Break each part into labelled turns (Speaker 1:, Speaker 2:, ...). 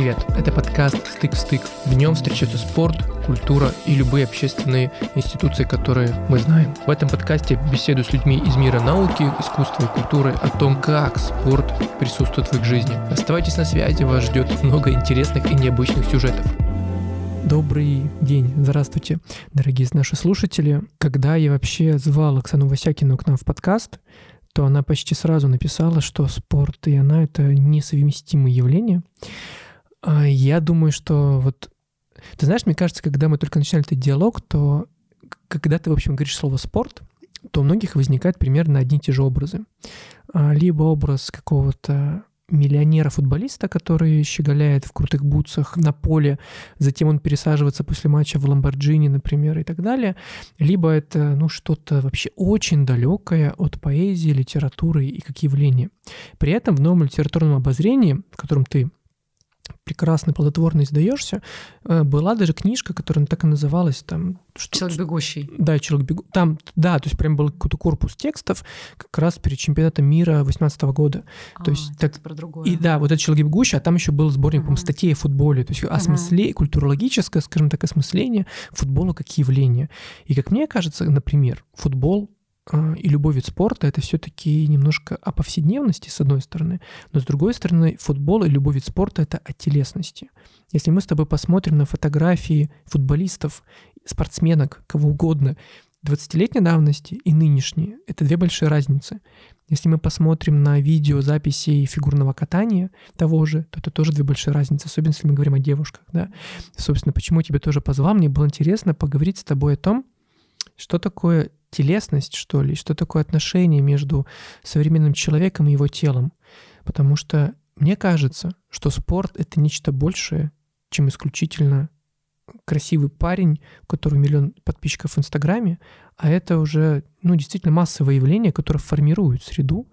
Speaker 1: привет! Это подкаст «Стык в стык». В нем встречаются спорт, культура и любые общественные институции, которые мы знаем. В этом подкасте беседую с людьми из мира науки, искусства и культуры о том, как спорт присутствует в их жизни. Оставайтесь на связи, вас ждет много интересных и необычных сюжетов. Добрый день, здравствуйте, дорогие наши слушатели. Когда я вообще звал Оксану Васякину к нам в подкаст, то она почти сразу написала, что спорт и она — это несовместимые явления. Я думаю, что вот... Ты знаешь, мне кажется, когда мы только начинали этот диалог, то когда ты, в общем, говоришь слово «спорт», то у многих возникают примерно одни и те же образы. Либо образ какого-то миллионера-футболиста, который щеголяет в крутых бутсах на поле, затем он пересаживается после матча в Ламборджини, например, и так далее. Либо это что-то вообще очень далекое от поэзии, литературы и как явления. При этом в новом литературном обозрении, в котором ты прекрасно, плодотворно издаешься, была даже книжка, которая так и называлась там...
Speaker 2: «Человек бегущий».
Speaker 1: Да, «Человек бегущий». Там, да, то есть прям был какой-то корпус текстов как раз перед чемпионатом мира 2018 года. То есть
Speaker 2: это так... про другое.
Speaker 1: И да, вот этот «Человек бегущий», а там еще был сборник, по-моему, статей о футболе, то есть культурологическое, скажем так, осмысление футбола как явления. И как мне кажется, например, футбол и любой вид спорта — это все-таки немножко о повседневности, с одной стороны, но с другой стороны, футбол и любой вид спорта — это о телесности. Если мы с тобой посмотрим на фотографии футболистов, спортсменок, кого угодно, 20-летней давности и нынешние, это две большие разницы. Если мы посмотрим на видеозаписи фигурного катания того же, то это тоже две большие разницы, особенно если мы говорим о девушках. Да? Собственно, почему я тебя тоже позвал, мне было интересно поговорить с тобой о том, что такое телесность, что ли, что такое отношение между современным человеком и его телом. Потому что мне кажется, что спорт — это нечто большее, чем исключительно красивый парень, у которого 1 миллион подписчиков в Инстаграме, а это уже действительно массовое явление, которое формирует среду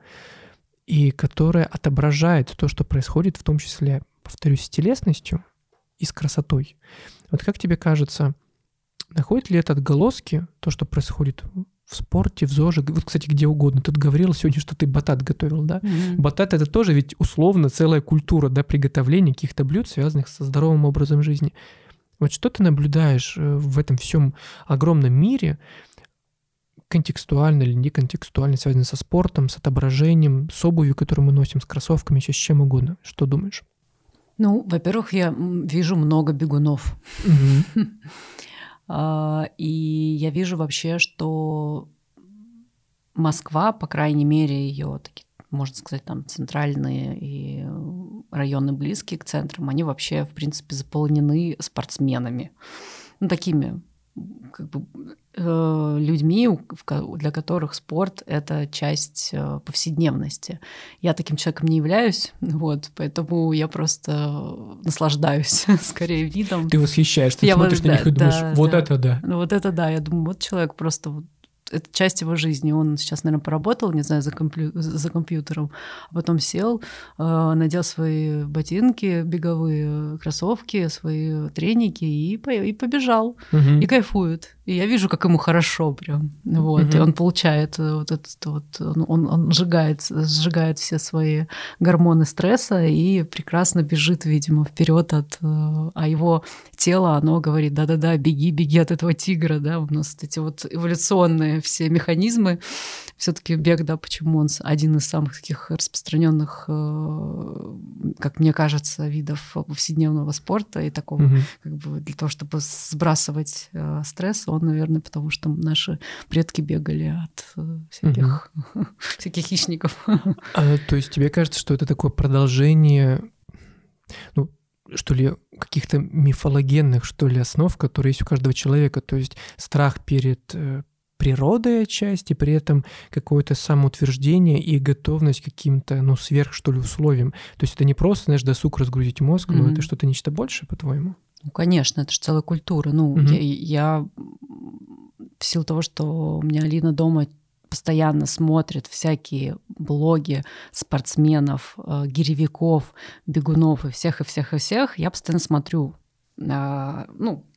Speaker 1: и которое отображает то, что происходит, в том числе, повторюсь, с телесностью и с красотой. Вот как тебе кажется, находит ли это отголоски, то, что происходит в спорте, в ЗОЖе, вот, кстати, где угодно? Ты говорила сегодня, что ты батат готовил, да? Mm-hmm. Батат — это тоже ведь условно целая культура, да, приготовления каких-то блюд, связанных со здоровым образом жизни. Вот что ты наблюдаешь в этом всем огромном мире, контекстуально или неконтекстуально, связано со спортом, с отображением, с обувью, которую мы носим, с кроссовками, с чем угодно? Что думаешь?
Speaker 2: Во-первых, я вижу много бегунов. Mm-hmm. И я вижу вообще, что Москва, по крайней мере, ее такие, можно сказать, там центральные и районы близкие к центрам, они вообще, в принципе, заполнены спортсменами. Такими людьми, для которых спорт — это часть повседневности. Я таким человеком не являюсь, поэтому я просто наслаждаюсь скорее видом.
Speaker 1: Ты восхищаешься, ты смотришь на них и думаешь, это да.
Speaker 2: Вот это да, я думаю, вот человек просто... Это часть его жизни. Он сейчас, наверное, поработал, не знаю, за компьютером, а потом сел, надел свои ботинки беговые, кроссовки, свои треники и побежал. Uh-huh. И кайфует. И я вижу, как ему хорошо прям. Uh-huh. И он получает он сжигает все свои гормоны стресса и прекрасно бежит, видимо, вперед а его тело, оно говорит: да-да-да, беги от этого тигра, да, у нас эти вот эволюционные все механизмы. Все-таки бег, да, почему он один из самых таких распространенных, как мне кажется, видов повседневного спорта и такого, для того, чтобы сбрасывать стресс, он, наверное, потому что наши предки бегали от всяких хищников.
Speaker 1: То есть тебе кажется, что это такое продолжение, что ли, каких-то мифологенных, что ли, основ, которые есть у каждого человека, то есть страх перед природой отчасти, при этом какое-то самоутверждение и готовность к каким-то, сверх, что ли, условиям. То есть это не просто, знаешь, досуг разгрузить мозг, но это что-то нечто большее, по-твоему?
Speaker 2: Конечно, это же целая культура. Я в силу того, что у меня Алина дома постоянно смотрит всякие блоги спортсменов, гиревиков, бегунов и всех, я постоянно смотрю,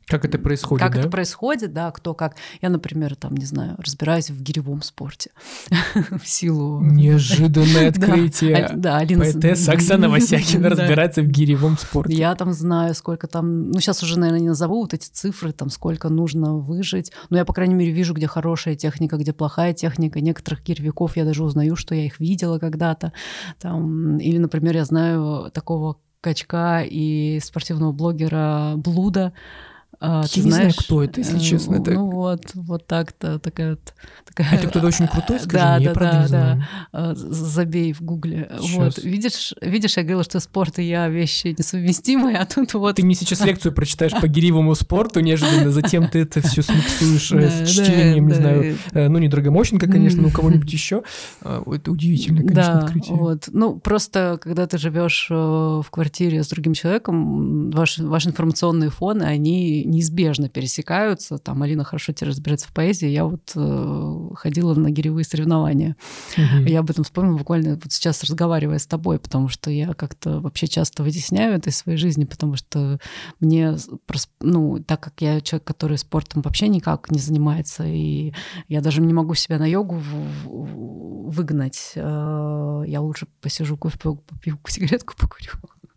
Speaker 1: Как это происходит,
Speaker 2: Как это происходит, да, кто как. Я, например, там, не знаю, разбираюсь в гиревом спорте в силу...
Speaker 1: Неожиданное открытие.
Speaker 2: Да, Алина...
Speaker 1: Поэтесса Оксана Васякина разбирается в гиревом спорте.
Speaker 2: Я там знаю, сколько там... Ну, сейчас уже, наверное, не назову вот эти цифры, там, сколько нужно выжить. Но я, по крайней мере, вижу, где хорошая техника, где плохая техника. Некоторых гиревиков я даже узнаю, что я их видела когда-то. Там... Или, например, я знаю такого качка и спортивного блогера Блуда.
Speaker 1: Я не знаю, кто это, если честно.
Speaker 2: Ну вот так-то, такая...
Speaker 1: Это кто-то очень крутой, скажи мне, я правда не знаю.
Speaker 2: Забей в гугле. Вот. Видишь, я говорила, что спорт и я вещи несовместимые, а тут вот...
Speaker 1: Ты мне сейчас лекцию прочитаешь по гиревому спорту неожиданно, затем ты это все смиксуешь с чтением, не знаю, ну не Драгомощенко, конечно, но у кого-нибудь еще. Это удивительно, конечно, открытие.
Speaker 2: Вот. Ну просто, когда ты живешь в квартире с другим человеком, ваши информационные фоны, они неизбежно пересекаются. Там Алина хорошо тебе разбирается в поэзии. Я вот ходила на гиревые соревнования. Я об этом вспомнила буквально вот сейчас, разговаривая с тобой, потому что я как-то вообще часто вытесняю это из своей жизни, потому что мне, ну, так как я человек, который спортом вообще никак не занимается, и я даже не могу себя на йогу выгнать, я лучше посижу, кофе попью, сигаретку покурю.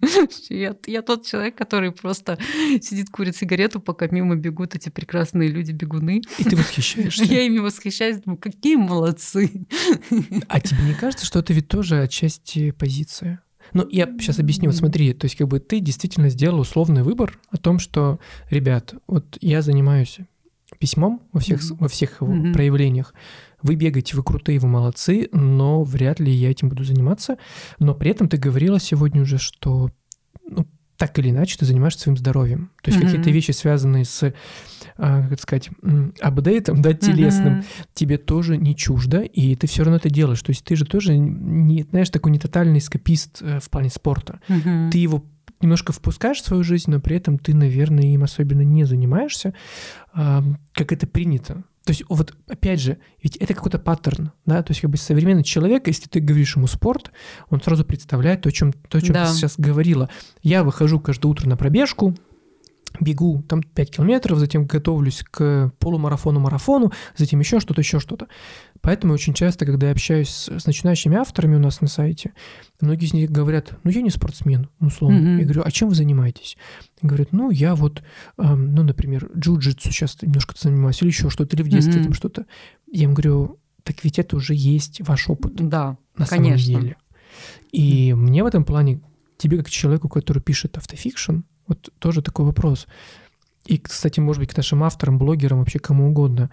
Speaker 2: Я тот человек, который просто сидит, курит сигарету, пока мимо бегут эти прекрасные люди-бегуны.
Speaker 1: И ты восхищаешься.
Speaker 2: Я ими восхищаюсь, думаю, какие молодцы.
Speaker 1: А тебе не кажется, что это ведь тоже отчасти позиция? Ну, я сейчас объясню. Вот смотри, то есть как бы ты действительно сделал условный выбор о том, что, ребят, вот я занимаюсь письмом во всех его проявлениях. Вы бегаете, вы крутые, вы молодцы, но вряд ли я этим буду заниматься. Но при этом ты говорила сегодня уже, что ну, так или иначе ты занимаешься своим здоровьем. То есть какие-то вещи, связанные с, как сказать, апдейтом, да, телесным, тебе тоже не чуждо, и ты все равно это делаешь. То есть ты же тоже, не, знаешь, такой не тотальный эскапист в плане спорта. Ты его немножко впускаешь в свою жизнь, но при этом ты, наверное, им особенно не занимаешься, как это принято. То есть вот опять же, ведь это какой-то паттерн, да, то есть как бы современный человек, если ты говоришь ему спорт, он сразу представляет то, о чем ты сейчас говорила. Я выхожу каждое утро на пробежку, бегу там 5 километров, затем готовлюсь к полумарафону, затем еще что-то. Поэтому очень часто, когда я общаюсь с начинающими авторами у нас на сайте, многие из них говорят, ну, я не спортсмен, условно. Я говорю, а чем вы занимаетесь? Говорят, ну, я вот, ну, например, джиу-джитсу сейчас немножко занимаюсь, или еще что-то, или в детстве там что-то. Я им говорю, так ведь это уже есть ваш опыт.
Speaker 2: Да,
Speaker 1: на самом деле. И мне в этом плане, тебе как человеку, который пишет автофикшн, вот тоже такой вопрос. И, кстати, может быть, к нашим авторам, блогерам, вообще кому угодно.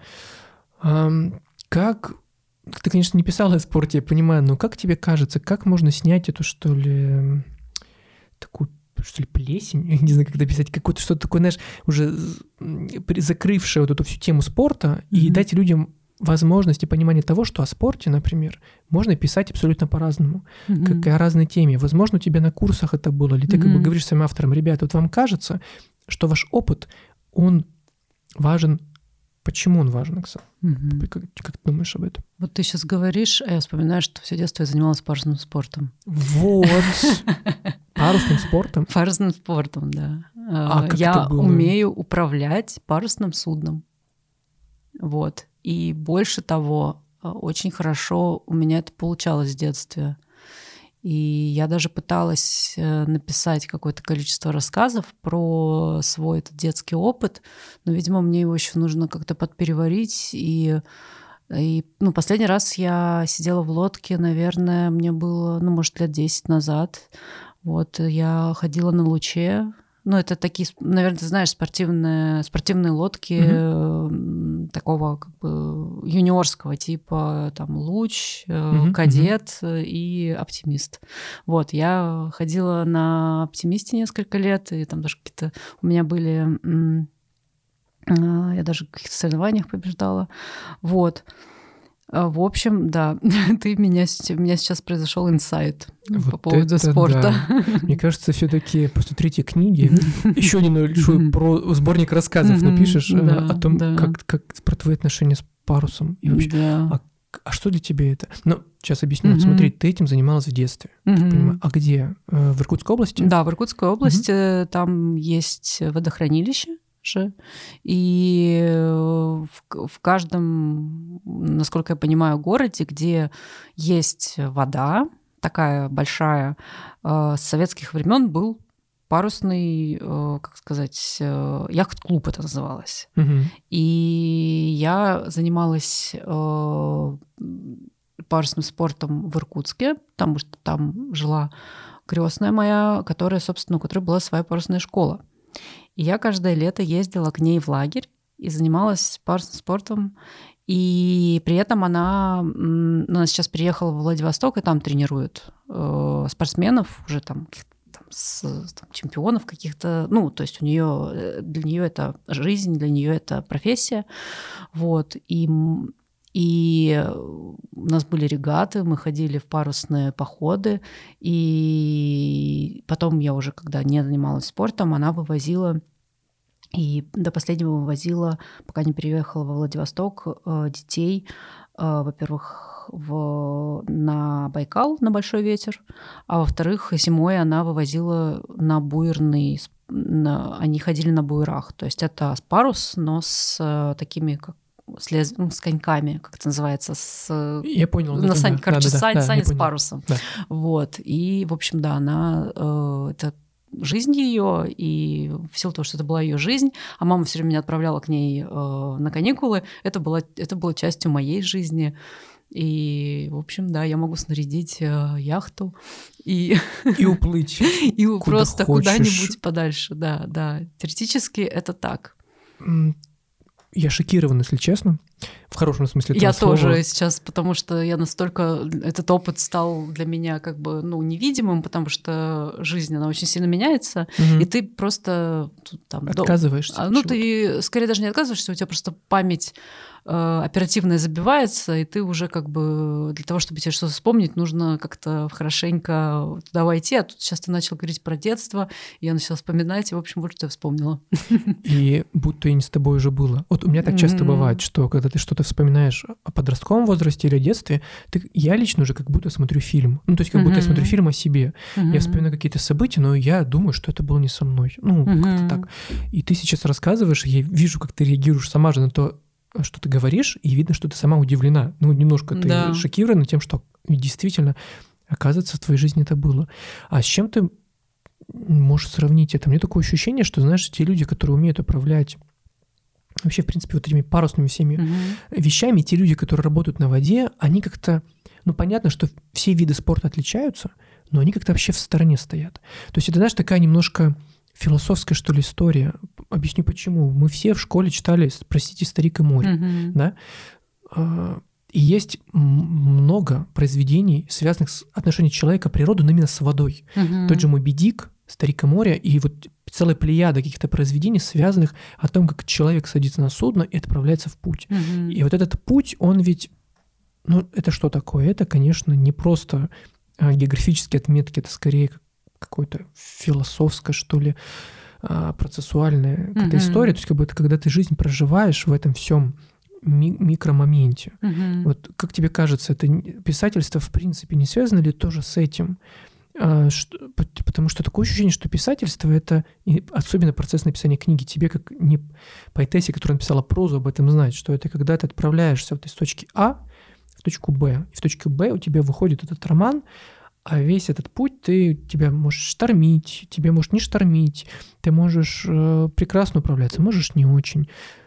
Speaker 1: Как... Ты, конечно, не писала о спорте, я понимаю, но как тебе кажется, как можно снять эту, что ли, такую, что ли, плесень? Я не знаю, как это писать. Какое-то что-то такое, знаешь, уже закрывшее вот эту всю тему спорта и дать людям возможность и понимание того, что о спорте, например, можно писать абсолютно по-разному, как и о разной теме. Возможно, у тебя на курсах это было, или ты как бы говоришь своим авторам, ребята, вот вам кажется, что ваш опыт, он важен. Почему он важен, Оксана? Как ты думаешь об этом?
Speaker 2: Вот ты сейчас говоришь, а я вспоминаю, что все детство я занималась парусным спортом.
Speaker 1: Вот! Парусным спортом?
Speaker 2: Парусным спортом, да.
Speaker 1: А как
Speaker 2: я
Speaker 1: это было?
Speaker 2: умею управлять парусным судном. Вот. И больше того, очень хорошо у меня это получалось в детстве. И я даже пыталась написать какое-то количество рассказов про свой этот детский опыт, но, видимо, мне его еще нужно как-то подпереварить. И ну, последний раз я сидела в лодке, наверное, мне было, ну, может, лет 10 назад. Вот, я ходила на Луче. Ну, это такие, наверное, ты знаешь, спортивные лодки такого как бы юниорского типа, там, Луч, Кадет и Оптимист. Вот, я ходила на Оптимисте несколько лет, и там даже какие-то у меня были... Я даже в каких-то соревнованиях побеждала. Вот. В общем, да, у меня сейчас произошел инсайт вот по поводу спорта.
Speaker 1: Да. Мне кажется, все-таки после 3-й книги еще один небольшой сборник рассказов напишешь о том, как про твои отношения с парусом. И вообще, а что для тебя это? Ну, сейчас объясню. Смотри, ты этим занималась в детстве. А где? В Иркутской области?
Speaker 2: Да, в Иркутской области там есть водохранилище. же. И в каждом, насколько я понимаю, городе, где есть вода, такая большая, с советских времен был парусный, как сказать, яхт-клуб это называлось. И я занималась парусным спортом в Иркутске, потому что там жила крестная моя, которая, собственно, у которой была своя парусная школа. И я каждое лето ездила к ней в лагерь и занималась парусным спортом. И при этом она сейчас переехала в Владивосток, и там тренирует спортсменов, уже там чемпионов каких-то. Ну, то есть для нее это жизнь, для нее это профессия. Вот. И у нас были регаты, мы ходили в парусные походы, и потом я уже, когда не занималась спортом, она вывозила, и до последнего вывозила, пока не переехала во Владивосток, детей, во-первых, на Байкал, на Большой ветер, а во-вторых, зимой она вывозила на буерный, они ходили на буерах, то есть это парус, но с такими, как с коньками, как это называется,
Speaker 1: я понял,
Speaker 2: на сани
Speaker 1: да,
Speaker 2: с парусом.
Speaker 1: Да.
Speaker 2: Вот. И, в общем, да, она это жизнь ее, и в силу того, что это была ее жизнь, а мама все время меня отправляла к ней на каникулы, это было частью моей жизни. И, в общем, да, я могу снарядить яхту и
Speaker 1: уплыть.
Speaker 2: И просто куда-нибудь подальше. Да. Теоретически это так.
Speaker 1: Я шокирован, если честно, в хорошем смысле этого
Speaker 2: слова.
Speaker 1: Я
Speaker 2: тоже сейчас, потому что я настолько... Этот опыт стал для меня как бы, невидимым, потому что жизнь, она очень сильно меняется, и ты просто...
Speaker 1: Отказываешься.
Speaker 2: Ты скорее даже не отказываешься, у тебя просто память оперативно забивается, и ты уже как бы для того, чтобы тебе что-то вспомнить, нужно как-то хорошенько туда войти. А тут сейчас ты начал говорить про детство, и я начала вспоминать, и, в общем, вот что я вспомнила.
Speaker 1: И будто и не с тобой уже было. Вот у меня так часто бывает, что когда ты что-то вспоминаешь о подростковом возрасте или о детстве, я лично уже как будто смотрю фильм. То есть как будто я смотрю фильм о себе. Я вспоминаю какие-то события, но я думаю, что это было не со мной. Как-то так. И ты сейчас рассказываешь, я вижу, как ты реагируешь сама же на то, что ты говоришь, и видно, что ты сама удивлена. Немножко ты шокирована тем, что действительно, оказывается, в твоей жизни это было. А с чем ты можешь сравнить это? Мне такое ощущение, что, знаешь, те люди, которые умеют управлять вообще, в принципе, вот этими парусными всеми вещами, те люди, которые работают на воде, они как-то... понятно, что все виды спорта отличаются, но они как-то вообще в стороне стоят. То есть это, знаешь, такая немножко... философская, что ли, история. Объясню, почему. Мы все в школе читали «Простите, старик и море». Да? И есть много произведений, связанных с отношением человека к природе, но именно с водой. Тот же «Моби Дик», «Старик и море», и вот целая плеяда каких-то произведений, связанных о том, как человек садится на судно и отправляется в путь. И вот этот путь, он ведь... это что такое? Это, конечно, не просто географические отметки, это скорее какой-то философская, что ли, процессуальная какая-то история. То есть как бы это когда ты жизнь проживаешь в этом всем микромоменте. Вот как тебе кажется, это писательство в принципе не связано ли тоже с этим? Потому что такое ощущение, что писательство — это, особенно процесс написания книги, тебе как не поэтессе, которая написала прозу, об этом знать, что это когда ты отправляешься вот из точки А в точку Б, и в точке Б у тебя выходит этот роман, а весь этот путь тебя можешь штормить, тебе может не штормить, ты можешь прекрасно управляться, можешь не очень.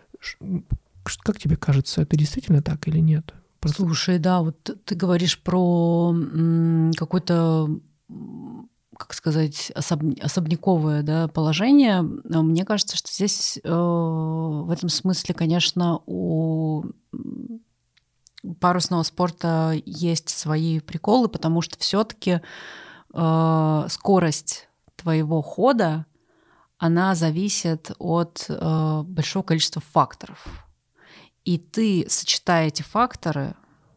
Speaker 1: Как тебе кажется, это действительно так или нет?
Speaker 2: Слушай, да, вот ты говоришь про какой-то, как сказать, особняковое положение. Мне кажется, что здесь в этом смысле, конечно, у парусного спорта есть свои приколы, потому что все-таки скорость твоего хода, она зависит от большого количества факторов. И ты, сочетая эти факторы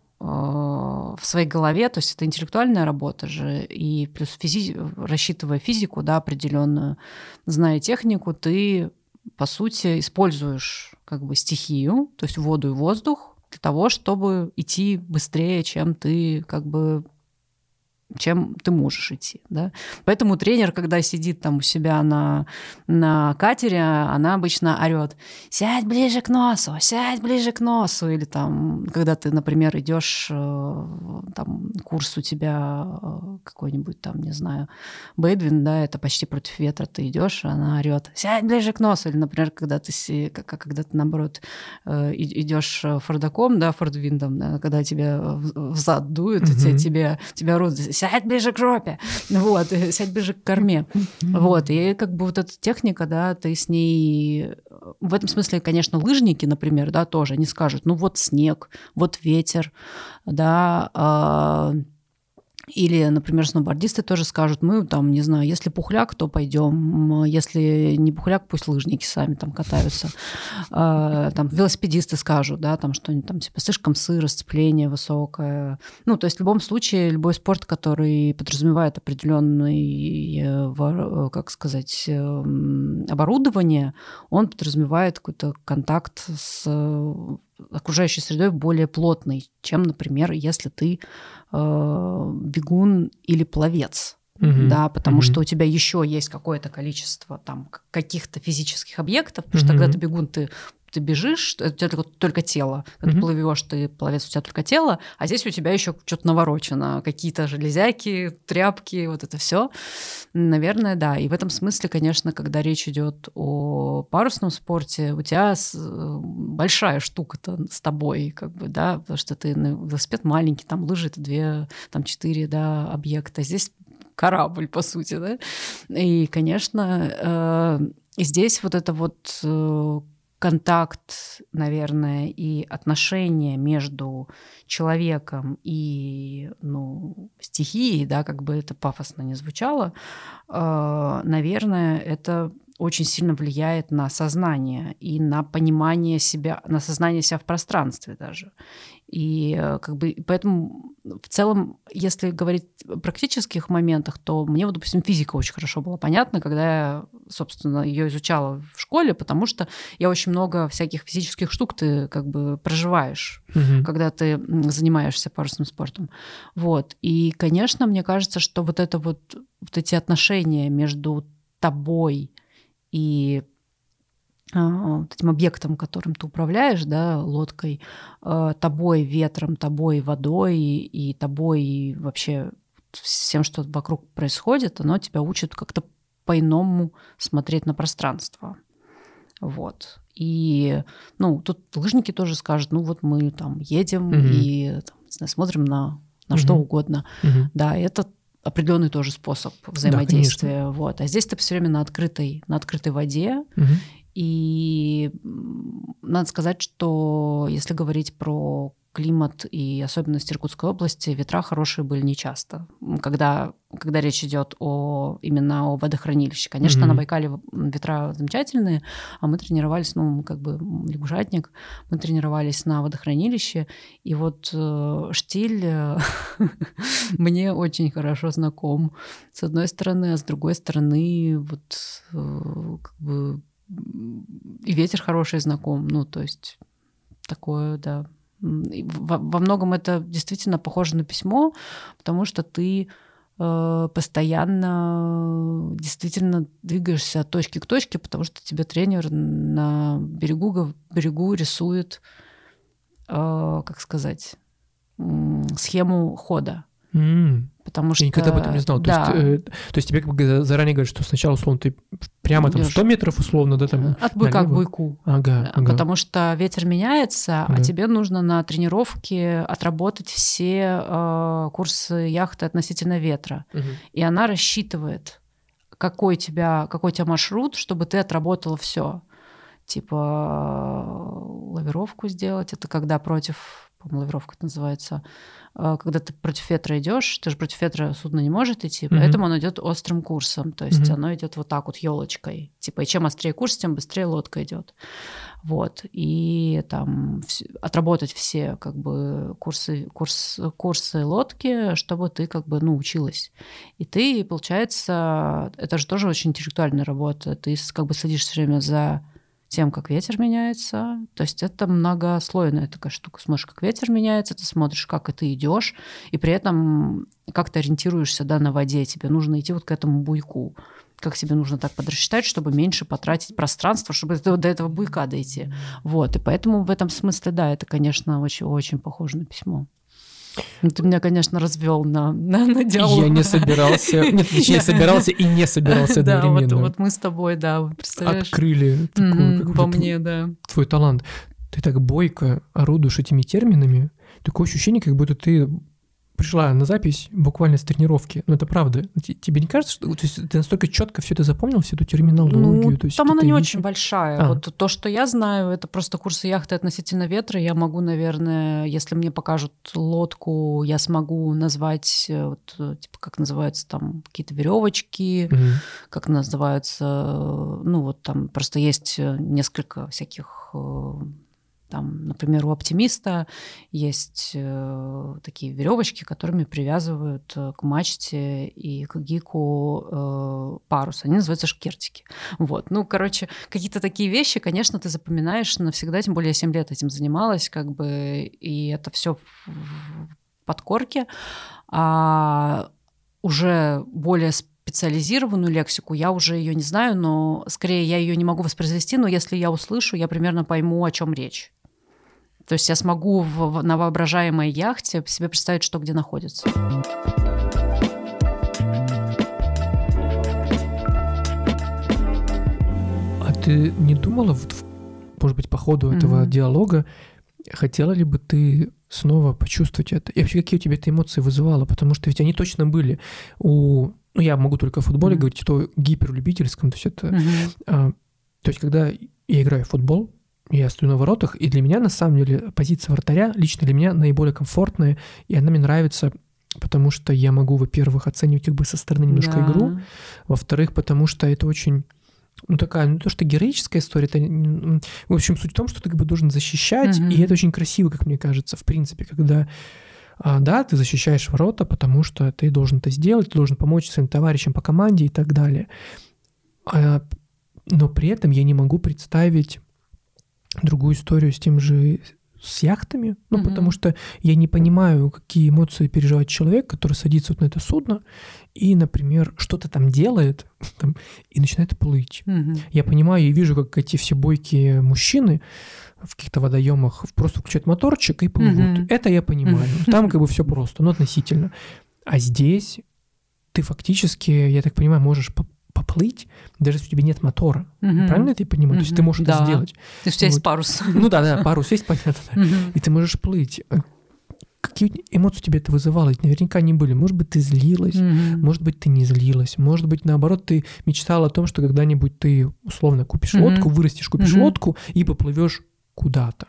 Speaker 2: в своей голове, то есть это интеллектуальная работа же, и плюс рассчитывая физику, определенную, зная технику, ты, по сути, используешь как бы стихию, то есть воду и воздух, для того, чтобы идти быстрее, чем ты как бы чем ты можешь идти. Да? Поэтому тренер, когда сидит там у себя на катере, она обычно орет: сядь ближе к носу, сядь ближе к носу. Или там, когда ты, например, идешь, там курс у тебя какой-нибудь там, не знаю, Бэдвин, да, это почти против ветра, ты идешь, она орет: сядь ближе к носу. Или, например, когда ты наоборот идешь фордаком, да, фордвиндом, да, когда тебя в зад дуют, и тебя орут: сядь ближе к жопе, вот, сядь ближе к корме. Вот, и как бы вот эта техника, да, ты с ней... В этом смысле, конечно, лыжники, например, да, тоже, они скажут: ну вот снег, вот ветер, да, или, например, сноубордисты тоже скажут: мы там, не знаю, если пухляк, то пойдем, если не пухляк, пусть лыжники сами там катаются. Там велосипедисты скажут, да, там что-нибудь там типа слишком сыро, сцепление высокое. Ну, то есть в любом случае любой спорт, который подразумевает определенный, как сказать, оборудование, он подразумевает какой-то контакт с окружающей средой более плотный, чем, например, если ты бегун или пловец. Да, потому что у тебя еще есть какое-то количество там каких-то физических объектов, потому что когда ты бегун, ты бежишь, у тебя только тело. Когда ты плывешь, ты пловец, у тебя только тело, а здесь у тебя еще что-то наворочено, какие-то железяки, тряпки, вот это все. Наверное, да. И в этом смысле, конечно, когда речь идет о парусном спорте, у тебя большая штука-то с тобой, как бы, да, потому что ты на велосипед маленький, там лыжи — это 2, там 4, да, объекта. Здесь корабль, по сути, да. И, конечно, здесь вот это вот контакт, наверное, и отношения между человеком и, ну, стихией, да, как бы это пафосно не звучало, наверное, это очень сильно влияет на сознание и на понимание себя, на сознание себя в пространстве даже. И как бы поэтому в целом, если говорить о практических моментах, то мне, вот, допустим, физика очень хорошо была понятна, когда я, собственно, ее изучала в школе, потому что я очень много всяких физических штук ты как бы проживаешь, когда ты занимаешься парусным спортом. Вот. И, конечно, мне кажется, что вот эти отношения между тобой и вот этим объектом, которым ты управляешь, да, лодкой, тобой, ветром, тобой, водой и тобой, и вообще всем, что вокруг происходит, оно тебя учит как-то по-иному смотреть на пространство. Вот. И, ну, тут лыжники тоже скажут: ну, вот мы там едем и там, не знаю, смотрим на что угодно. Да, это определенный тоже способ взаимодействия. Да, вот. А здесь ты все время на открытой воде. И надо сказать, что если говорить про климат и особенности Иркутской области, ветра хорошие были нечасто, когда речь идет именно о водохранилище. Конечно, на Байкале ветра замечательные, а мы тренировались, ну, как бы лягушатник, мы тренировались на водохранилище, и вот штиль мне очень хорошо знаком, с одной стороны, а с другой стороны, вот как бы и ветер хороший знаком, ну, то есть такое, да. Во многом это действительно похоже на письмо, потому что ты постоянно действительно двигаешься от точки к точке, потому что тебе тренер на берегу рисует, как сказать, схему хода. Потому что...
Speaker 1: Я никогда об этом не знал.
Speaker 2: Да.
Speaker 1: То есть тебе как бы заранее говорят, что сначала, условно, ты прямо там 100 метров, условно, да, там
Speaker 2: от буйка к буйку.
Speaker 1: Ага.
Speaker 2: Потому что ветер меняется, а тебе нужно на тренировке отработать все курсы яхты относительно ветра. И она рассчитывает, какой у тебя маршрут, чтобы ты отработала все. Типа лавировку сделать. Это когда против... По-моему, лавировка это называется. Когда ты против ветра идешь, ты же против ветра судно не может идти, поэтому оно идет острым курсом. То есть оно идет вот так вот елочкой. Типа, и чем острее курс, тем быстрее лодка идет. Вот. И там отработать все как бы курсы лодки, чтобы ты как бы, ну, училась. И ты, получается, это же тоже очень интеллектуальная работа. Ты как бы следишь все время за тем, как ветер меняется. То есть это многослойная такая штука. Смотришь, как ветер меняется, ты смотришь, как ты идешь, и при этом как ты ориентируешься, да, на воде. Тебе нужно идти вот к этому буйку. Как тебе нужно так подрасчитать, чтобы меньше потратить пространство, чтобы до этого буйка дойти. Вот. И поэтому в этом смысле, да, это, конечно, очень похоже на письмо. Ты меня, конечно, развел на диалог.
Speaker 1: Я не собирался. Нет, точнее, собирался и не собирался одновременно.
Speaker 2: Да, вот мы с тобой, да, представляешь?
Speaker 1: Открыли такой,
Speaker 2: по мне, да.
Speaker 1: Твой талант. Ты так бойко орудуешь этими терминами. Такое ощущение, как будто ты пришла на запись буквально с тренировки. Ну, это правда. Тебе не кажется, что то есть, ты настолько четко все это запомнил, всю эту терминологию?
Speaker 2: Ну,
Speaker 1: то есть,
Speaker 2: там она не
Speaker 1: вещи?
Speaker 2: очень большая. Вот то, что я знаю, это просто курсы яхты относительно ветра. Я могу, наверное, если мне покажут лодку, я смогу назвать, вот, типа, как называются там какие-то веревочки, как называются, ну, вот там просто есть несколько всяких... Там, например, у оптимиста есть такие веревочки, которыми привязывают к мачте и к гику парус. Они называются шкертики. Вот. Ну, короче, какие-то такие вещи, конечно, ты запоминаешь навсегда, тем более я 7 лет этим занималась, как бы, и это все в подкорке. А уже более специализированную лексику, я уже ее не знаю, но скорее я ее не могу воспроизвести, но если я услышу, я примерно пойму, о чем речь. То есть я смогу на воображаемой яхте себе представить, что где находится.
Speaker 1: А ты не думала, может быть, по ходу этого диалога, хотела ли бы ты снова почувствовать это? И вообще, какие у тебя это эмоции вызывало? Потому что ведь они точно были у... Ну, я могу только о футболе говорить, то гиперлюбительском. То есть это... То есть когда я играю в футбол, я стою на воротах, и для меня, на самом деле, позиция вратаря лично для меня наиболее комфортная, и она мне нравится, потому что я могу, во-первых, оценивать как бы со стороны немножко игру, во-вторых, потому что это очень... Ну, такая, ну, то, что героическая история, это, в общем, суть в том, что ты как бы должен защищать, и это очень красиво, как мне кажется, в принципе, когда, да, ты защищаешь ворота, потому что ты должен это сделать, ты должен помочь своим товарищам по команде и так далее. Но при этом я не могу представить другую историю с тем же, с яхтами, ну, потому что я не понимаю, какие эмоции переживает человек, который садится вот на это судно и, например, что-то там делает там, и начинает плыть. Я понимаю и вижу, как эти все бойкие мужчины в каких-то водоемах просто включают моторчик и плывут. Это я понимаю. Там как бы все просто, но относительно. А здесь ты фактически, я так понимаю, можешь поплыть, даже если у тебя нет мотора. Правильно это я понимаю? То есть ты можешь это сделать.
Speaker 2: То есть у тебя есть парус.
Speaker 1: Ну да, парус есть, понятно. И ты можешь плыть. Какие эмоции у тебя это вызывало? Ведь наверняка не были. Может быть, ты злилась, может быть, ты не злилась, может быть, наоборот, ты мечтала о том, что когда-нибудь ты условно купишь лодку, вырастешь, купишь лодку и поплывешь куда-то.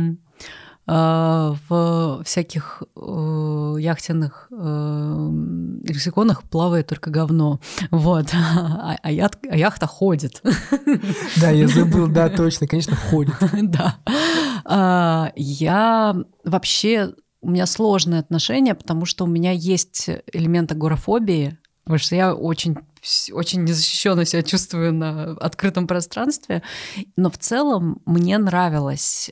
Speaker 2: В всяких яхтенных лексиконах плавает только говно. Вот. А яхта ходит.
Speaker 1: Да, я забыл, да, точно, конечно, ходит.
Speaker 2: Да. Я вообще... У меня сложные отношения, потому что у меня есть элемент агорафобии, потому что я очень незащищенно себя чувствую на открытом пространстве. Но в целом мне нравилось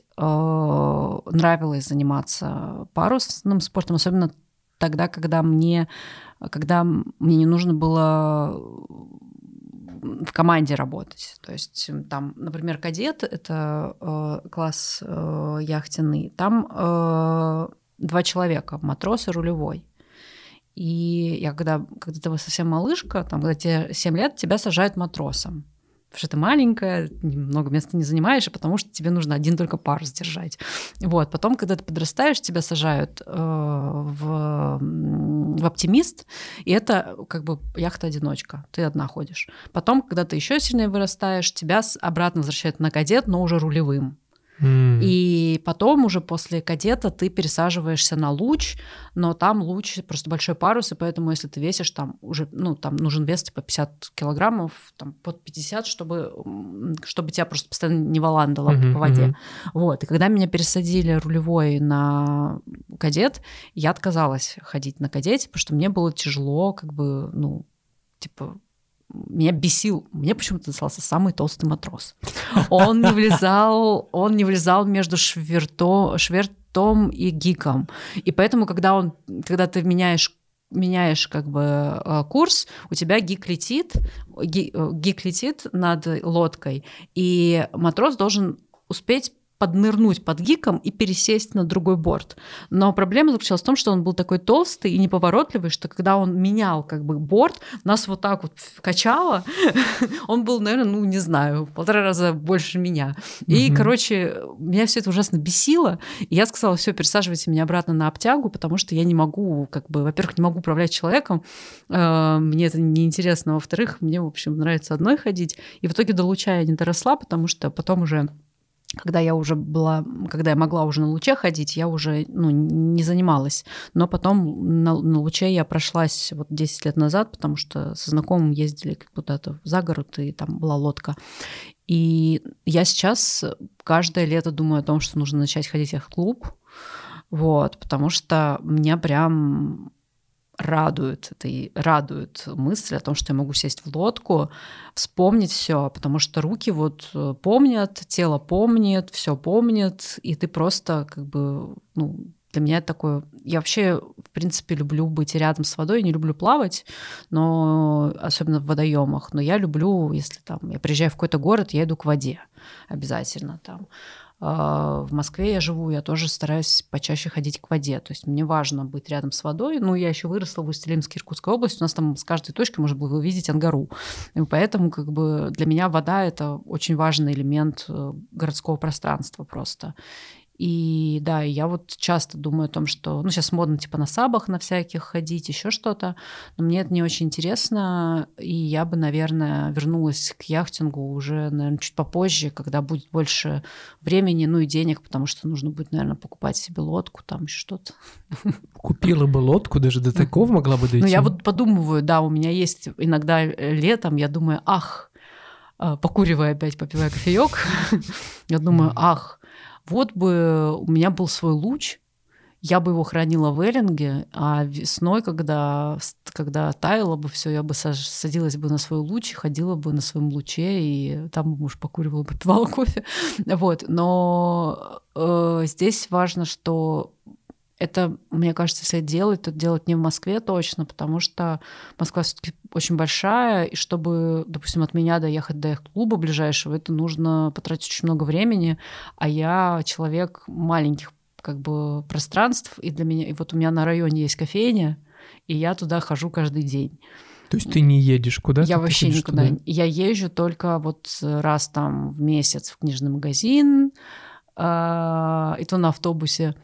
Speaker 2: заниматься парусным спортом, особенно тогда, когда мне не нужно было в команде работать. То есть там, например, кадет — это класс яхтенный. Там 2 человека, матрос и рулевой. И я когда ты совсем малышка, там, когда тебе 7 лет, тебя сажают матросом. Потому что ты маленькая, много места не занимаешь, и потому что тебе нужно один только парус держать. Вот. Потом, когда ты подрастаешь, тебя сажают в оптимист, и это как бы яхта-одиночка. Ты одна ходишь. Потом, когда ты еще сильнее вырастаешь, тебя обратно возвращают на кадет, но уже рулевым. И потом уже после кадета ты пересаживаешься на луч, но там луч просто большой парус, и поэтому если ты весишь там уже, ну, там нужен вес типа 50 килограммов, там под 50, чтобы тебя просто постоянно не валандало по воде. Вот. И когда меня пересадили рулевой на кадет, я отказалась ходить на кадете, потому что мне было тяжело, как бы, ну, типа... меня бесил. Мне почему-то достался самый толстый матрос. Он не влезал между швертом и гиком. И поэтому, когда ты меняешь как бы курс, у тебя гик летит над лодкой, и матрос должен успеть поднырнуть под гиком и пересесть на другой борт. Но проблема заключалась в том, что он был такой толстый и неповоротливый, что когда он менял как бы борт, нас вот так вот качало. Он был, наверное, не знаю, в 1,5 раза больше меня. И, короче, меня все это ужасно бесило. И я сказала: все, пересаживайте меня обратно на обтягу, потому что я не могу, как бы, во-первых, не могу управлять человеком, мне это неинтересно, во-вторых, мне, в общем, нравится одной ходить. И в итоге до луча я не доросла, потому что потом уже когда я могла уже на луче ходить, я уже не занималась. Но потом на луче я прошлась 10 лет назад, потому что со знакомым ездили куда-то за город, и там была лодка. И я сейчас каждое лето думаю о том, что нужно начать ходить в клуб, потому что меня прям радует мысль о том, что я могу сесть в лодку, вспомнить все, потому что руки помнят, тело помнит, все помнит, и ты просто как бы, для меня это такое... Я вообще, в принципе, люблю быть рядом с водой, не люблю плавать, но особенно в водоемах. Но я люблю, если я приезжаю в какой-то город, я иду к воде обязательно там. В Москве я живу, я тоже стараюсь почаще ходить к воде. То есть мне важно быть рядом с водой. Я еще выросла в Усть-Илимске, Иркутской области. У нас там с каждой точки можно было увидеть Ангару. И поэтому как бы для меня вода — это очень важный элемент городского пространства просто. И да, я часто думаю о том, что сейчас модно на сабах на всяких ходить, еще что-то, но мне это не очень интересно, и я бы, наверное, вернулась к яхтингу уже, наверное, чуть попозже, когда будет больше времени, и денег, потому что нужно будет, наверное, покупать себе лодку, там еще что-то.
Speaker 1: Купила бы лодку, даже до такого могла бы дойти?
Speaker 2: Я подумываю, да, у меня есть иногда летом, я думаю, покуривая опять, попивая кофеёк, я думаю, вот бы у меня был свой луч, я бы его хранила в эллинге, а весной, когда таяло бы все, я бы садилась бы на свой луч, ходила бы на своем луче, и там бы муж покуривал, попивала кофе. Но здесь важно, что это, мне кажется, если делать, то делать не в Москве точно, потому что Москва все-таки очень большая, и чтобы, допустим, от меня доехать до клуба ближайшего, это нужно потратить очень много времени, а я человек маленьких как бы пространств, и для меня, и у меня на районе есть кофейня, и я туда хожу каждый день.
Speaker 1: То есть ты не едешь куда-то?
Speaker 2: Я вообще никуда. Я езжу только раз там в месяц в книжный магазин, и то на автобусе.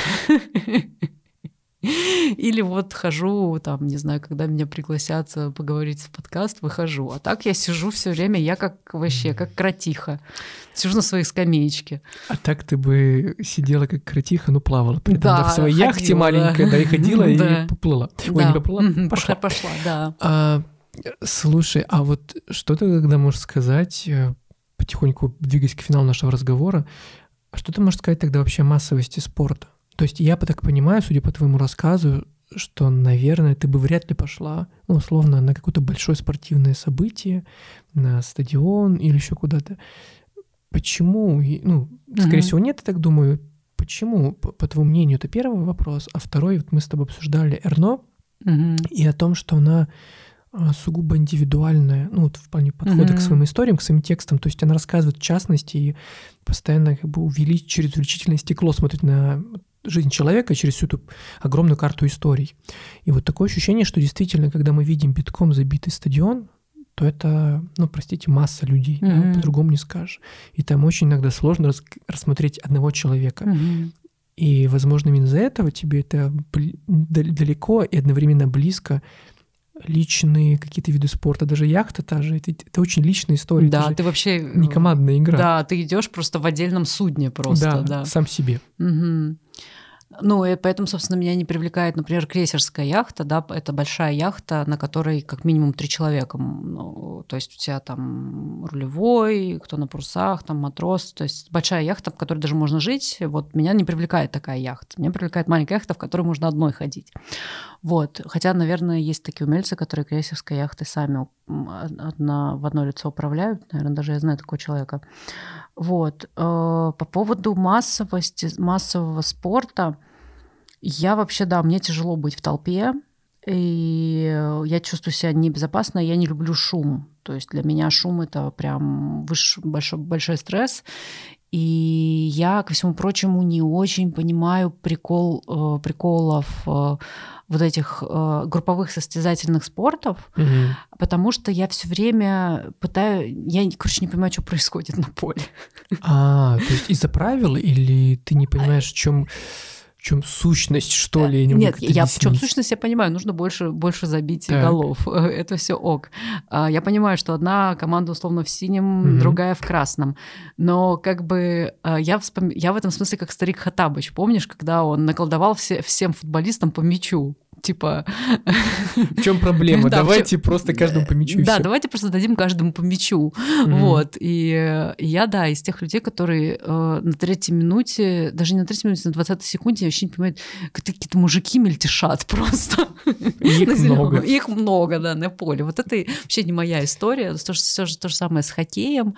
Speaker 2: Или хожу, там, не знаю, когда меня пригласят поговорить в подкаст, выхожу. А так я сижу все время, я как кротиха. Сижу на своей скамеечке.
Speaker 1: А так ты бы сидела как кротиха, плавала при этом в своей
Speaker 2: ходила,
Speaker 1: яхте маленькой, и ходила, и поплыла. Ой, не поплыла, пошла.
Speaker 2: Пошла, да.
Speaker 1: Слушай, а что ты тогда можешь сказать, потихоньку двигаясь к финалу нашего разговора, что ты можешь сказать тогда вообще о массовости спорта? То есть я так понимаю, судя по твоему рассказу, что, наверное, ты бы вряд ли пошла, условно, на какое-то большое спортивное событие, на стадион или еще куда-то. Почему? Скорее всего, нет, я так думаю. Почему, по твоему мнению? Это первый вопрос. А второй, мы с тобой обсуждали Эрно и о том, что она сугубо индивидуальная, в плане подхода к своим историям, к своим текстам. То есть она рассказывает в частности и постоянно через увеличительное стекло смотрит на жизнь человека через всю эту огромную карту историй. И такое ощущение, что действительно, когда мы видим битком забитый стадион, то это, масса людей, по-другому не скажешь. И там очень иногда сложно рассмотреть одного человека. И, возможно, именно из-за этого тебе это далеко и одновременно близко личные какие-то виды спорта, даже яхта та же, это очень личная история.
Speaker 2: Да, ты вообще...
Speaker 1: Не командная игра.
Speaker 2: Да, ты идешь просто в отдельном судне просто.
Speaker 1: Да, сам себе.
Speaker 2: И поэтому, собственно, меня не привлекает, например, крейсерская яхта, да, это большая яхта, на которой как минимум 3 человека. То есть у тебя там рулевой, кто на парусах, там матрос, то есть большая яхта, в которой даже можно жить. Меня не привлекает такая яхта. Меня привлекает маленькая яхта, в которой можно одной ходить. Вот. Хотя, наверное, есть такие умельцы, которые крейсерской яхтой сами в одно лицо управляют. Наверное, даже я знаю такого человека. Вот. По поводу массового спорта, я вообще, да, мне тяжело быть в толпе, и я чувствую себя небезопасно, я не люблю шум. То есть для меня шум — это прям большой стресс. И я, ко всему прочему, не очень понимаю приколов вот этих групповых состязательных спортов, потому что я все время я, короче, не понимаю, что происходит на поле.
Speaker 1: То есть из-за правил, или ты не понимаешь, в чем сущность, что ли?
Speaker 2: Нет, в чем сущность, я понимаю, нужно больше забить голов. Это все ок. Я понимаю, что одна команда условно в синем, другая в красном. Но как бы я в этом смысле как старик Хоттабыч. Помнишь, когда он наколдовал всем футболистам по мячу? Типа...
Speaker 1: В чем проблема? Давайте просто каждому по мячу.
Speaker 2: Да, давайте просто дадим каждому по мячу. Вот. И я, да, из тех людей, которые на третьей минуте, даже не на третьей минуте, на 20-й секунде вообще не понимают, какие-то мужики мельтешат просто.
Speaker 1: Их много.
Speaker 2: Их много, да, на поле. Вот это вообще не моя история. То же самое с хоккеем.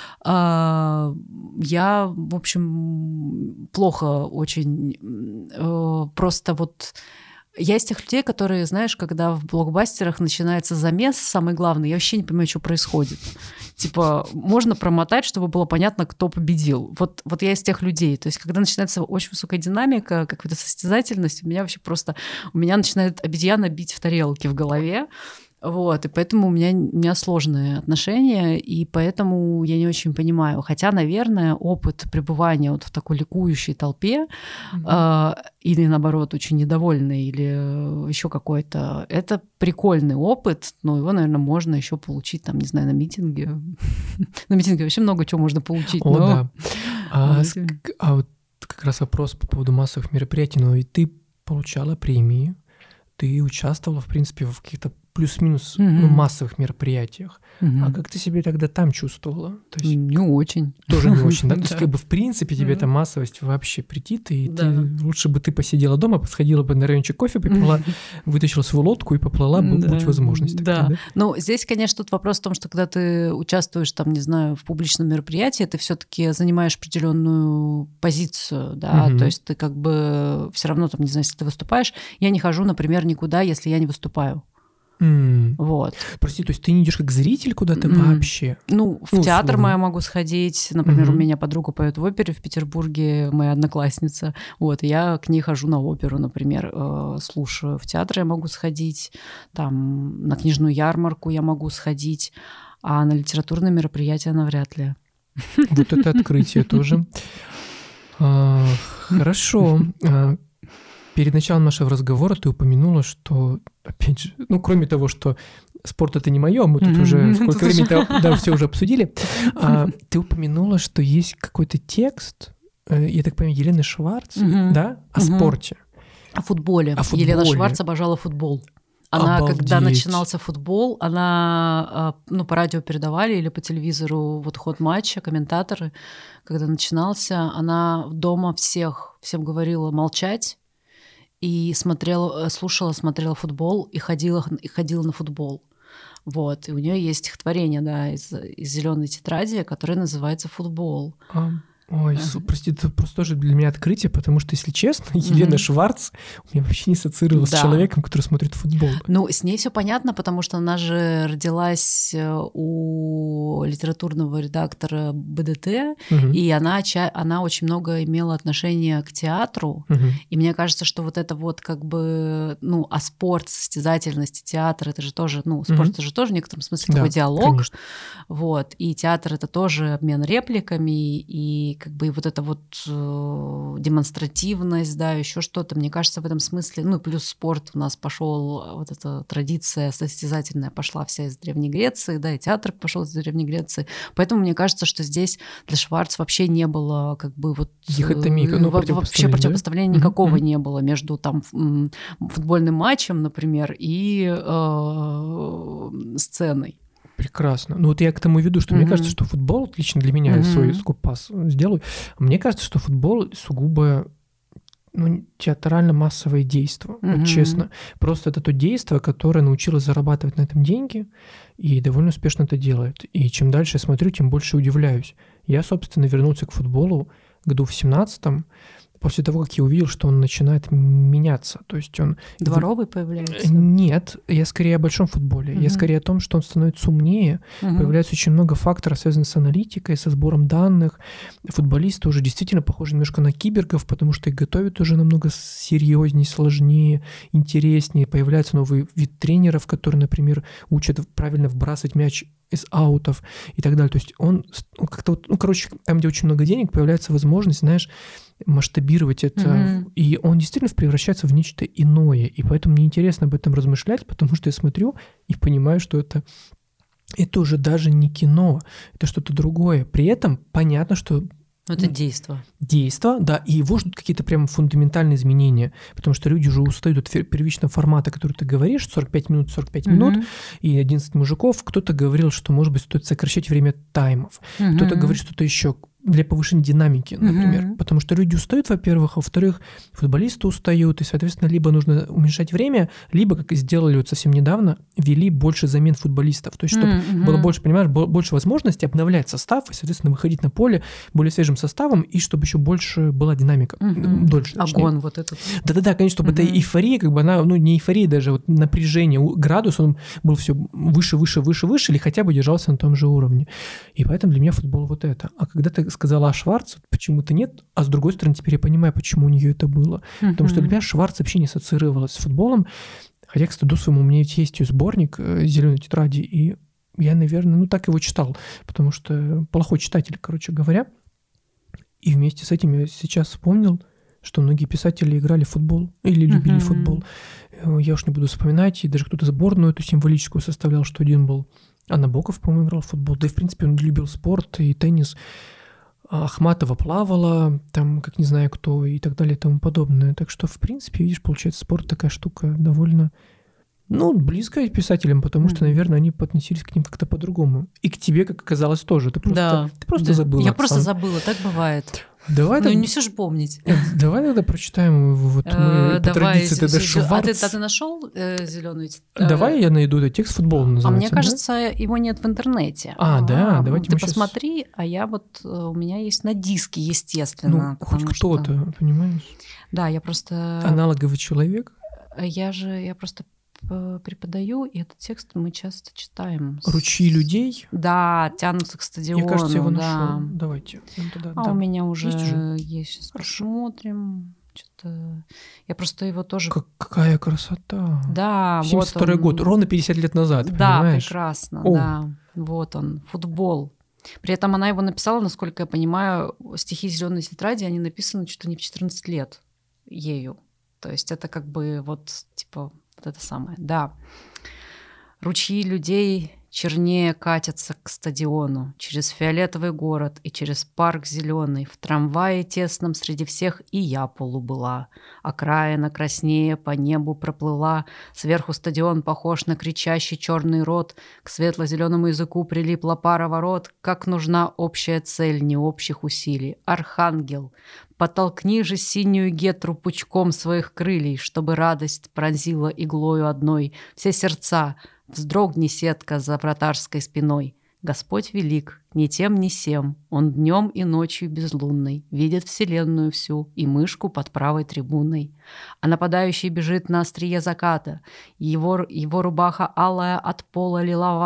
Speaker 2: Я, в общем, плохо очень просто вот... Я из тех людей, которые, знаешь, когда в блокбастерах начинается замес, самый главный, я вообще не понимаю, что происходит. Типа, можно промотать, чтобы было понятно, кто победил. Вот я из тех людей. То есть, когда начинается очень высокая динамика, какая-то состязательность, у меня начинает обезьяна бить в тарелке в голове. Вот, и поэтому у меня сложные отношения, и поэтому я не очень понимаю. Хотя, наверное, опыт пребывания вот в такой ликующей толпе или, наоборот, очень недовольный, или еще какой-то, это прикольный опыт, но его, наверное, можно еще получить, там, не знаю, на митинге. На митинге вообще много чего можно получить.
Speaker 1: Да. А вот как раз вопрос по поводу массовых мероприятий. Но и ты получала премии, ты участвовала, в принципе, в каких-то плюс-минус массовых мероприятиях. А как ты себя тогда там чувствовала? То есть,
Speaker 2: не очень.
Speaker 1: Тоже не очень, да? То есть, как бы, в принципе, тебе эта массовость вообще претит, и лучше бы ты посидела дома, сходила бы на райончик кофе, попила, вытащила свою лодку и поплыла, будь возможность.
Speaker 2: Да. Ну, здесь, конечно, тут вопрос в том, что когда ты участвуешь, там, не знаю, в публичном мероприятии, ты все-таки занимаешь определенную позицию, да, то есть ты как бы все равно, там, не знаю, если ты выступаешь, я не хожу, например, никуда, если я не выступаю. Вот.
Speaker 1: Прости, то есть ты не идешь как зритель куда-то вообще?
Speaker 2: Ну, в театр я могу сходить. Например, у меня подруга поет в опере в Петербурге, моя одноклассница. Вот, и я к ней хожу на оперу, например, слушаю. В театр я могу сходить, там, на книжную ярмарку я могу сходить, а на литературные мероприятия навряд ли.
Speaker 1: Вот это открытие тоже. Хорошо. Перед началом нашего разговора ты упомянула, что, опять же, ну, кроме того, что спорт — это не моё, мы тут уже сколько времени все уже обсудили, ты упомянула, что есть какой-то текст, я так понимаю, Елены Шварц, да, о спорте.
Speaker 2: О футболе. Елена Шварц обожала футбол. Она, когда начинался футбол, она, по радио передавали или по телевизору вот ход матча, комментаторы, когда начинался, она дома всем говорила молчать, и слушала, смотрела футбол и ходила на футбол. Вот. И у нее есть стихотворение, да, из «Зеленой тетради», которое называется «Футбол».
Speaker 1: Ой, прости, это просто тоже для меня открытие, потому что, если честно, Елена Шварц у меня вообще не ассоциировалась с человеком, который смотрит футбол.
Speaker 2: Ну, с ней все понятно, потому что она же родилась у литературного редактора БДТ, и она очень много имела отношения к театру, и мне кажется, что вот это вот как бы, а спорт, состязательность, театр, это же тоже, спорт это же тоже в некотором смысле такой диалог, конечно. Вот, и театр — это тоже обмен репликами, и как бы и вот эта вот демонстративность, да, еще что-то. Мне кажется, в этом смысле, плюс спорт у нас пошел, вот эта традиция состязательная пошла вся из Древней Греции, да, и театр пошел из Древней Греции. Поэтому мне кажется, что здесь для Шварц вообще не было как бы вот...
Speaker 1: Дихотомии,
Speaker 2: вообще противопоставления никакого не было между там футбольным матчем, например, и сценой.
Speaker 1: Прекрасно. Ну вот я к тому веду, что мне кажется, что футбол, лично для меня, я свой скупас сделаю, мне кажется, что футбол сугубо театрально-массовое действо, вот честно. Просто это то действо, которое научилось зарабатывать на этом деньги и довольно успешно это делает. И чем дальше я смотрю, тем больше удивляюсь. Я, собственно, вернулся к футболу году в 17-м, после того, как я увидел, что он начинает меняться. То есть он...
Speaker 2: Дворовый появляется?
Speaker 1: Нет, я скорее о большом футболе. Я скорее о том, что он становится умнее. Появляется очень много факторов, связанных с аналитикой, со сбором данных. Футболисты уже действительно похожи немножко на кибергов, потому что их готовят уже намного серьезнее, сложнее, интереснее. Появляется новый вид тренеров, которые, например, учат правильно вбрасывать мяч из аутов и так далее. То есть он как-то... там, где очень много денег, появляется возможность, знаешь, масштабировать это, и он действительно превращается в нечто иное, и поэтому мне интересно об этом размышлять, потому что я смотрю и понимаю, что это уже даже не кино, это что-то другое. При этом понятно, что
Speaker 2: это действо.
Speaker 1: Действо, да, и его ждут какие-то прям фундаментальные изменения, потому что люди уже устают от первичного формата, который ты говоришь, 45 минут, и 11 мужиков. Кто-то говорил, что, может быть, стоит сокращать время таймов, кто-то говорит что-то еще для повышения динамики, например, потому что люди устают, во-первых, а во-вторых, футболисты устают, и, соответственно, либо нужно уменьшать время, либо, как сделали вот совсем недавно, ввели больше замен футболистов, то есть чтобы было больше, понимаешь, больше возможностей обновлять состав и, соответственно, выходить на поле более свежим составом, и чтобы еще больше была динамика, дольше.
Speaker 2: Огонь вот этот.
Speaker 1: Да-да-да, конечно, чтобы эта эйфория, как бы она, не эйфория даже, вот напряжение, градус, он был все выше, или хотя бы держался на том же уровне. И поэтому для меня футбол вот это. А когда ты сказала о Шварц, почему-то нет, а с другой стороны, теперь я понимаю, почему у нее это было. Потому что для меня Шварц вообще не ассоциировалась с футболом, хотя, к стыду своему, у меня есть ее сборник «Зеленой тетради», и я, наверное, так его читал, потому что плохой читатель, короче говоря. И вместе с этим я сейчас вспомнил, что многие писатели играли в футбол или любили футбол. Я уж не буду вспоминать, и даже кто-то сборную эту символическую составлял, что один был Набоков, по-моему, играл в футбол. Да и, в принципе, он любил спорт и теннис. Ахматова плавала, там, как не знаю кто, и так далее, и тому подобное. Так что, в принципе, видишь, получается, спорт такая штука довольно, близкая писателям, потому что, наверное, они относились к ним как-то по-другому. И к тебе, как оказалось, тоже. Ты просто забыла.
Speaker 2: Я просто забыла, так бывает.
Speaker 1: Давай
Speaker 2: не все же помнить.
Speaker 1: Давай тогда прочитаем, мы по традиции тогда Шварц.
Speaker 2: А ты нашел зеленую?
Speaker 1: Давай я найду этот текст, футбол называется.
Speaker 2: А мне кажется, его нет в интернете.
Speaker 1: Да, давайте
Speaker 2: ты посмотри, а я у меня есть на диске, естественно.
Speaker 1: Хоть кто-то, понимаешь?
Speaker 2: Да, я просто...
Speaker 1: Аналоговый человек?
Speaker 2: Я просто преподаю, и этот текст мы часто читаем.
Speaker 1: «Ручьи людей»?
Speaker 2: Да, тянутся к стадиону.
Speaker 1: Я, кажется, его нашел. Давайте.
Speaker 2: У меня уже есть. Сейчас посмотрим. Что-то... Я просто его тоже...
Speaker 1: Какая красота!
Speaker 2: Да,
Speaker 1: 72-й год, ровно 50 лет назад,
Speaker 2: да,
Speaker 1: понимаешь?
Speaker 2: Прекрасно, да. Вот он, футбол. При этом она его написала, насколько я понимаю, стихи «Зеленой тетради», они написаны чуть ли не в 14 лет ею. То есть это как бы вот это самое. Да. Ручьи людей чернее катятся к стадиону, через фиолетовый город и через парк зеленый. В трамвае тесном среди всех и я полубыла. Окраина краснее по небу проплыла. Сверху стадион похож на кричащий черный рот. К светло-зеленому языку прилипла пара ворот. Как нужна общая цель, не общих усилий. Архангел, потолкни же синюю гетру пучком своих крыльев, чтобы радость пронзила иглою одной все сердца. Вздрогни, сетка за вратарской спиной. Господь велик, ни тем, ни сем. Он днем и ночью безлунный видит вселенную всю и мышку под правой трибуной. А нападающий бежит на острие заката. Его рубаха алая от пота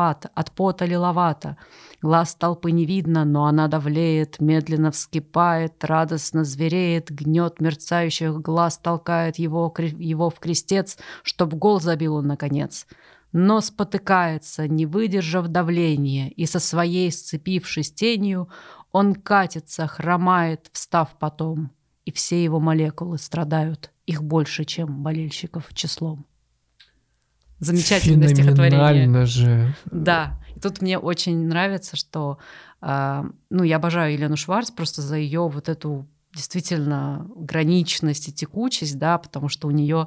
Speaker 2: лиловата. Глаз толпы не видно, но она давлеет, медленно вскипает, радостно звереет, гнет мерцающих глаз толкает его в крестец, чтоб гол забил он наконец. Но спотыкается, не выдержав давления, и со своей сцепившись тенью он катится, хромает, встав потом, и все его молекулы страдают, их больше, чем болельщиков числом. Замечательное стихотворение.
Speaker 1: Феноменально же.
Speaker 2: Да, и тут мне очень нравится, что я обожаю Елену Шварц просто за ее вот эту действительно граничность и текучесть, да, потому что у нее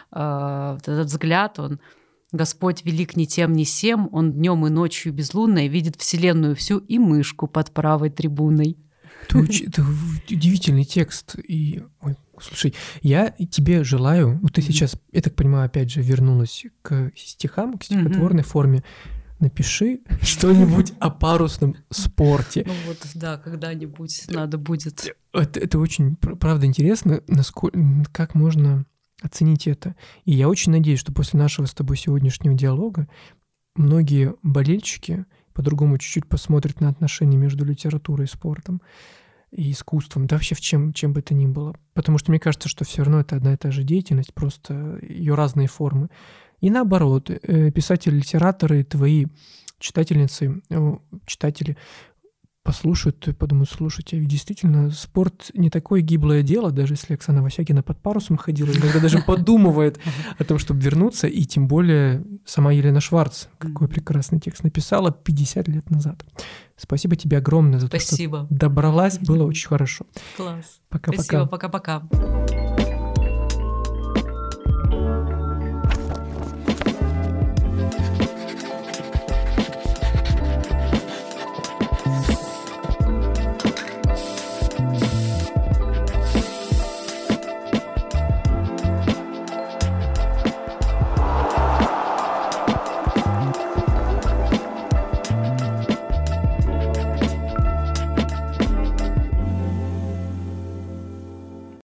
Speaker 2: этот взгляд, он Господь велик ни тем, ни сем, он днем и ночью безлунной видит вселенную всю и мышку под правой трибуной.
Speaker 1: Это удивительный текст. И, ой, слушай, я тебе желаю, вот ты сейчас, я так понимаю, опять же вернулась к стихам, к стихотворной форме. Напиши что-нибудь о парусном спорте.
Speaker 2: Ну вот, да, когда-нибудь надо будет.
Speaker 1: Это очень, правда, интересно, как можно оценить это. И я очень надеюсь, что после нашего с тобой сегодняшнего диалога многие болельщики по-другому чуть-чуть посмотрят на отношения между литературой и спортом, и искусством, да вообще в чем бы это ни было. Потому что мне кажется, что все равно это одна и та же деятельность, просто ее разные формы. И наоборот, писатели-литераторы, твои читательницы, читатели послушают и подумают, слушайте, действительно, спорт не такое гиблое дело, даже если Оксана Васягина под парусом ходила, иногда даже подумывает о том, чтобы вернуться, и тем более сама Елена Шварц, какой прекрасный текст написала 50 лет назад. Спасибо тебе огромное за то, что добралась, было очень хорошо.
Speaker 2: Класс.
Speaker 1: Пока-пока.
Speaker 2: Спасибо, пока-пока.